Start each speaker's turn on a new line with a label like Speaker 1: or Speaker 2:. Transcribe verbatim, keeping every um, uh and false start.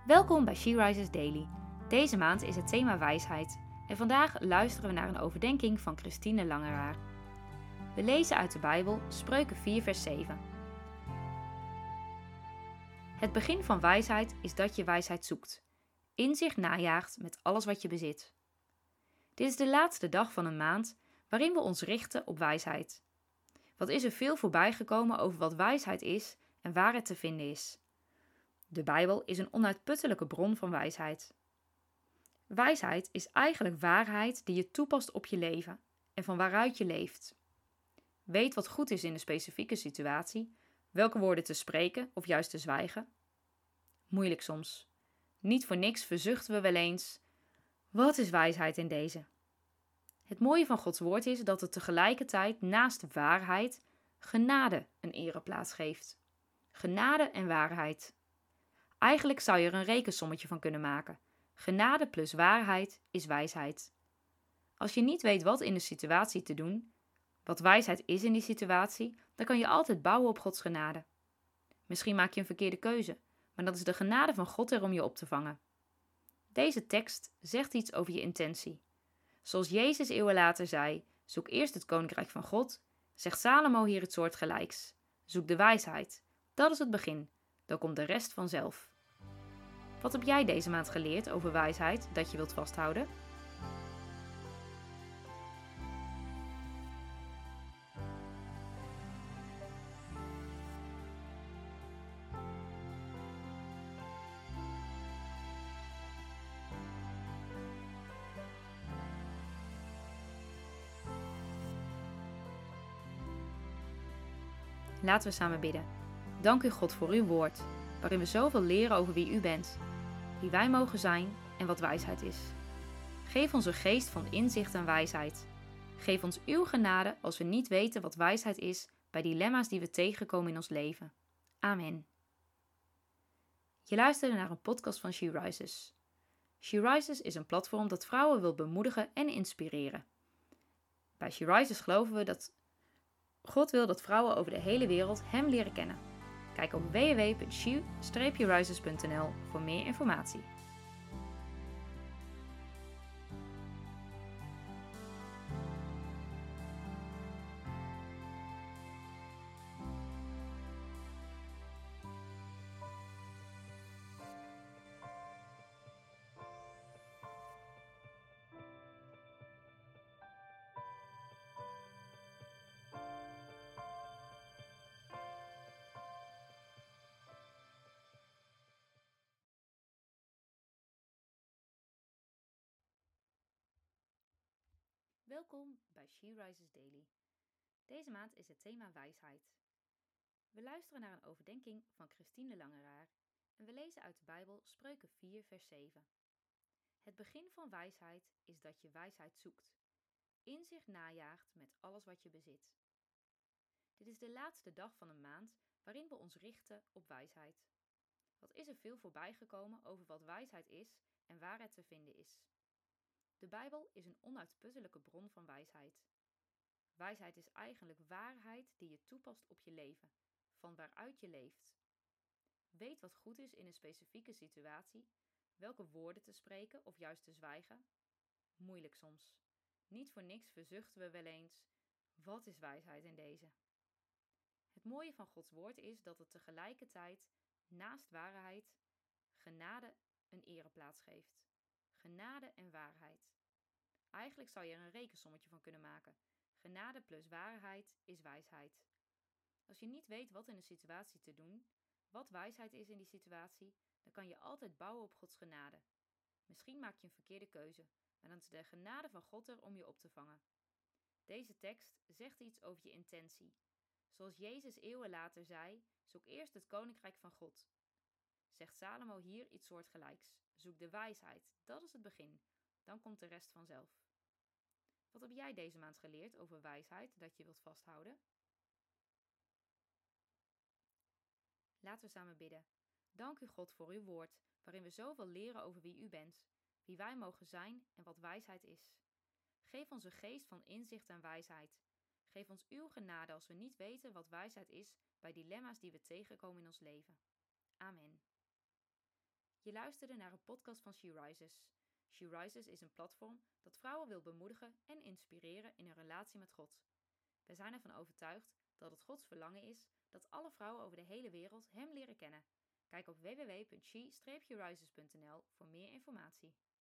Speaker 1: Welkom bij She Rises Daily. Deze maand is het thema wijsheid en vandaag luisteren we naar een overdenking van Christine Langeraar. We lezen uit de Bijbel Spreuken vier vers zeven. Het begin van wijsheid is dat je wijsheid zoekt, inzicht najaagt met alles wat je bezit. Dit is de laatste dag van een maand waarin we ons richten op wijsheid. Wat is er veel voorbij gekomen over wat wijsheid is en waar het te vinden is. De Bijbel is een onuitputtelijke bron van wijsheid. Wijsheid is eigenlijk waarheid die je toepast op je leven en van waaruit je leeft. Weet wat goed is in een specifieke situatie, welke woorden te spreken of juist te zwijgen. Moeilijk soms. Niet voor niks verzuchten we wel eens: wat is wijsheid in deze? Het mooie van Gods woord is dat het tegelijkertijd naast waarheid genade een ereplaats geeft. Genade en waarheid. Eigenlijk zou je er een rekensommetje van kunnen maken. Genade plus waarheid is wijsheid. Als je niet weet wat in de situatie te doen, wat wijsheid is in die situatie, dan kan je altijd bouwen op Gods genade. Misschien maak je een verkeerde keuze, maar dat is de genade van God er om je op te vangen. Deze tekst zegt iets over je intentie. Zoals Jezus eeuwen later zei: zoek eerst het koninkrijk van God, zegt Salomo hier het soortgelijks. Zoek de wijsheid. Dat is het begin. Dan komt de rest vanzelf. Wat heb jij deze maand geleerd over wijsheid dat je wilt vasthouden? Laten we samen bidden. Dank u God voor uw woord, waarin we zoveel leren over wie u bent, wie wij mogen zijn en wat wijsheid is. Geef ons een geest van inzicht en wijsheid. Geef ons uw genade als we niet weten wat wijsheid is bij dilemma's die we tegenkomen in ons leven. Amen. Je luisterde naar een podcast van She Rises. She Rises is een platform dat vrouwen wil bemoedigen en inspireren. Bij She Rises geloven we dat God wil dat vrouwen over de hele wereld hem leren kennen. Kijk op w w w punt she rises punt n l voor meer informatie. Welkom bij She Rises Daily. Deze maand is het thema wijsheid. We luisteren naar een overdenking van Christine Langeraar en we lezen uit de Bijbel Spreuken vier vers zeven. Het begin van wijsheid is dat je wijsheid zoekt, inzicht najaagt met alles wat je bezit. Dit is de laatste dag van een maand waarin we ons richten op wijsheid. Wat is er veel voorbij gekomen over wat wijsheid is en waar het te vinden is. De Bijbel is een onuitputtelijke bron van wijsheid. Wijsheid is eigenlijk waarheid die je toepast op je leven, van waaruit je leeft. Weet wat goed is in een specifieke situatie, welke woorden te spreken of juist te zwijgen. Moeilijk soms. Niet voor niks verzuchten we wel eens: wat is wijsheid in deze? Het mooie van Gods woord is dat het tegelijkertijd naast waarheid genade een ereplaats geeft. Genade en waarheid. Eigenlijk zou je er een rekensommetje van kunnen maken. Genade plus waarheid is wijsheid. Als je niet weet wat in een situatie te doen, wat wijsheid is in die situatie, dan kan je altijd bouwen op Gods genade. Misschien maak je een verkeerde keuze, maar dan is de genade van God er om je op te vangen. Deze tekst zegt iets over je intentie. Zoals Jezus eeuwen later zei: zoek eerst het koninkrijk van God. Zegt Salomo hier iets soortgelijks. Zoek de wijsheid, dat is het begin. Dan komt de rest vanzelf. Wat heb jij deze maand geleerd over wijsheid dat je wilt vasthouden? Laten we samen bidden. Dank u God voor uw woord, waarin we zoveel leren over wie u bent, wie wij mogen zijn en wat wijsheid is. Geef ons een geest van inzicht en wijsheid. Geef ons uw genade als we niet weten wat wijsheid is bij dilemma's die we tegenkomen in ons leven. Amen. Je luisterde naar een podcast van She Rises. She Rises is een platform dat vrouwen wil bemoedigen en inspireren in hun relatie met God. We zijn ervan overtuigd dat het Gods verlangen is dat alle vrouwen over de hele wereld Hem leren kennen. Kijk op w w w punt she dash rises punt n l voor meer informatie.